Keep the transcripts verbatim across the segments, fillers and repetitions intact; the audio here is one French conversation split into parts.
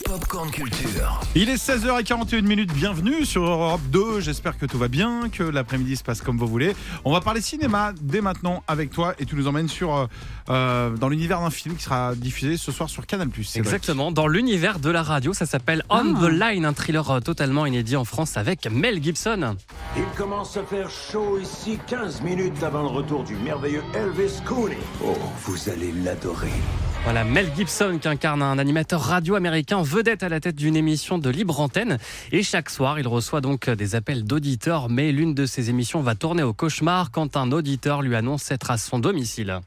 Popcorn Culture. Il est seize heures quarante et une minutes, bienvenue sur Europe deux, j'espère que tout va bien, que l'après-midi se passe comme vous voulez. On va parler cinéma dès maintenant avec toi et tu nous emmènes sur, euh, dans l'univers d'un film qui sera diffusé ce soir sur Canal plus. Exactement, dans l'univers de la radio, ça s'appelle On ah. the Line, un thriller totalement inédit en France avec Mel Gibson. Il commence à faire chaud ici quinze minutes avant le retour du merveilleux Elvis Cooley. Oh, vous allez l'adorer. Voilà, Mel Gibson qui incarne un animateur radio américain vedette à la tête d'une émission de libre antenne. Et chaque soir, il reçoit donc des appels d'auditeurs. Mais l'une de ces émissions va tourner au cauchemar quand un auditeur lui annonce être à son domicile.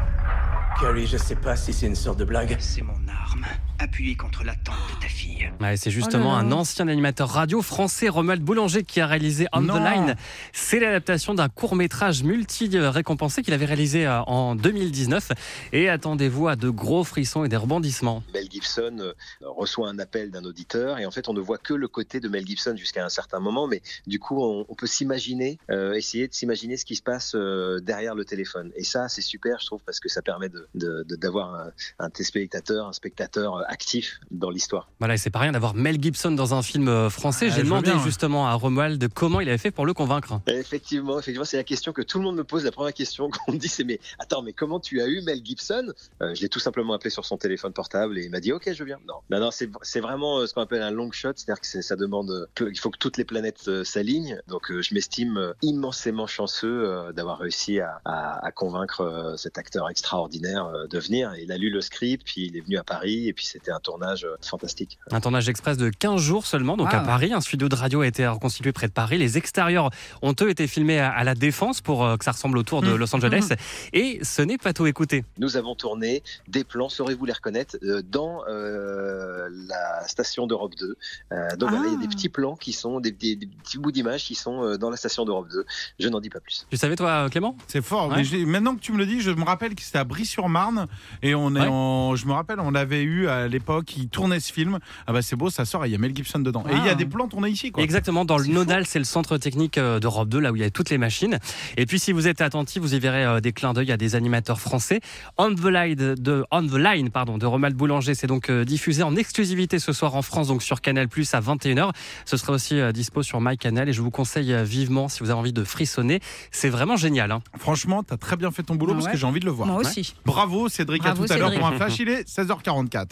Carrie, je sais pas si c'est une sorte de blague. C'est mon arme, appuyée contre la tempe de ta fille. Ouais, c'est justement oh là là. un ancien animateur radio français, Romuald Boulanger, qui a réalisé On non. the Line. C'est l'adaptation d'un court-métrage multi-récompensé qu'il avait réalisé en deux mille dix-neuf. Et attendez-vous à de gros frissons et des rebondissements. Mel Gibson euh, reçoit un appel d'un auditeur et en fait on ne voit que le côté de Mel Gibson jusqu'à un certain moment, mais du coup on, on peut s'imaginer, euh, essayer de s'imaginer ce qui se passe euh, derrière le téléphone. Et ça c'est super je trouve parce que ça permet de, de, de, d'avoir un, un téléspectateur, un spectateur actif dans l'histoire. Voilà, et c'est pas rien d'avoir Mel Gibson dans un film français. Ah, J'ai demandé bien, justement à Romuald comment il avait fait pour le convaincre. Et effectivement, effectivement c'est la question que tout le monde me pose. La première question qu'on me dit c'est mais attends mais comment tu as eu Mel Gibson? euh, Je l'ai tout simplement appelé sur son téléphone portable et il m'a dit ok je viens. Non, non, non c'est, c'est vraiment ce qu'on appelle un long shot, c'est-à-dire que c'est, ça demande, il faut que toutes les planètes euh, s'alignent. Donc euh, je m'estime euh, immensément chanceux euh, d'avoir réussi à, à, à convaincre euh, cet acteur extraordinaire euh, de venir. Il a lu le script, puis il est venu à Paris et puis c'était un tournage euh, fantastique. Un tournage express de quinze jours seulement, donc ah. à Paris. Un studio de radio a été reconstitué près de Paris. Les extérieurs ont eux été filmés à, à la Défense pour euh, que ça ressemble au tour de mmh. Los Angeles. Mmh. Et ce n'est pas tout, écoutez. Nous avons tourné des plans, saurez-vous les reconnaître, euh, dans euh, la station d'Europe deux. Euh, donc ah. voilà, il y a des petits plans qui sont, des, des, des petits bouts d'images qui sont euh, dans la station d'Europe deux. Je n'en dis pas plus. Tu savais toi, Clément? C'est fort. Ouais. Mais j'ai, maintenant que tu me le dis, je me rappelle que c'était à Brie-sur-Marne et on est, ouais. en, je me rappelle, on l'avait eu à l'époque. Il tournait ce film. Ah bah c'est beau, ça sort. Il y a Mel Gibson dedans. Ah. Et il y a des plans tournés ici, quoi. Exactement. Dans c'est le Nodal, fou. C'est le centre technique d'Europe deux, là où il y a toutes les machines. Et puis si vous êtes attentifs, vous y verrez des clins d'œil à des animateurs français. On the Line de On the Line, pardon, de Romuald Boulanger, c'est donc diffusé en exclusivité ce soir en France, donc sur Canal plus à vingt et une heures. Ce sera aussi dispo sur MyCanal et je vous conseille vivement si vous avez envie de frissonner. C'est vraiment génial. Hein. Franchement, t'as très bien fait ton boulot ah ouais. parce que j'ai envie de le voir. Moi aussi. Ouais. Bravo Cédric, Bravo, à tout Cédric. À l'heure pour un flash. Il est seize heures quarante-quatre.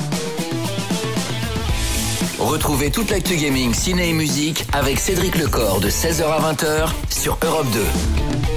Retrouvez toute l'actu gaming, ciné et musique avec Cédric Lecor de seize heures à vingt heures sur Europe deux.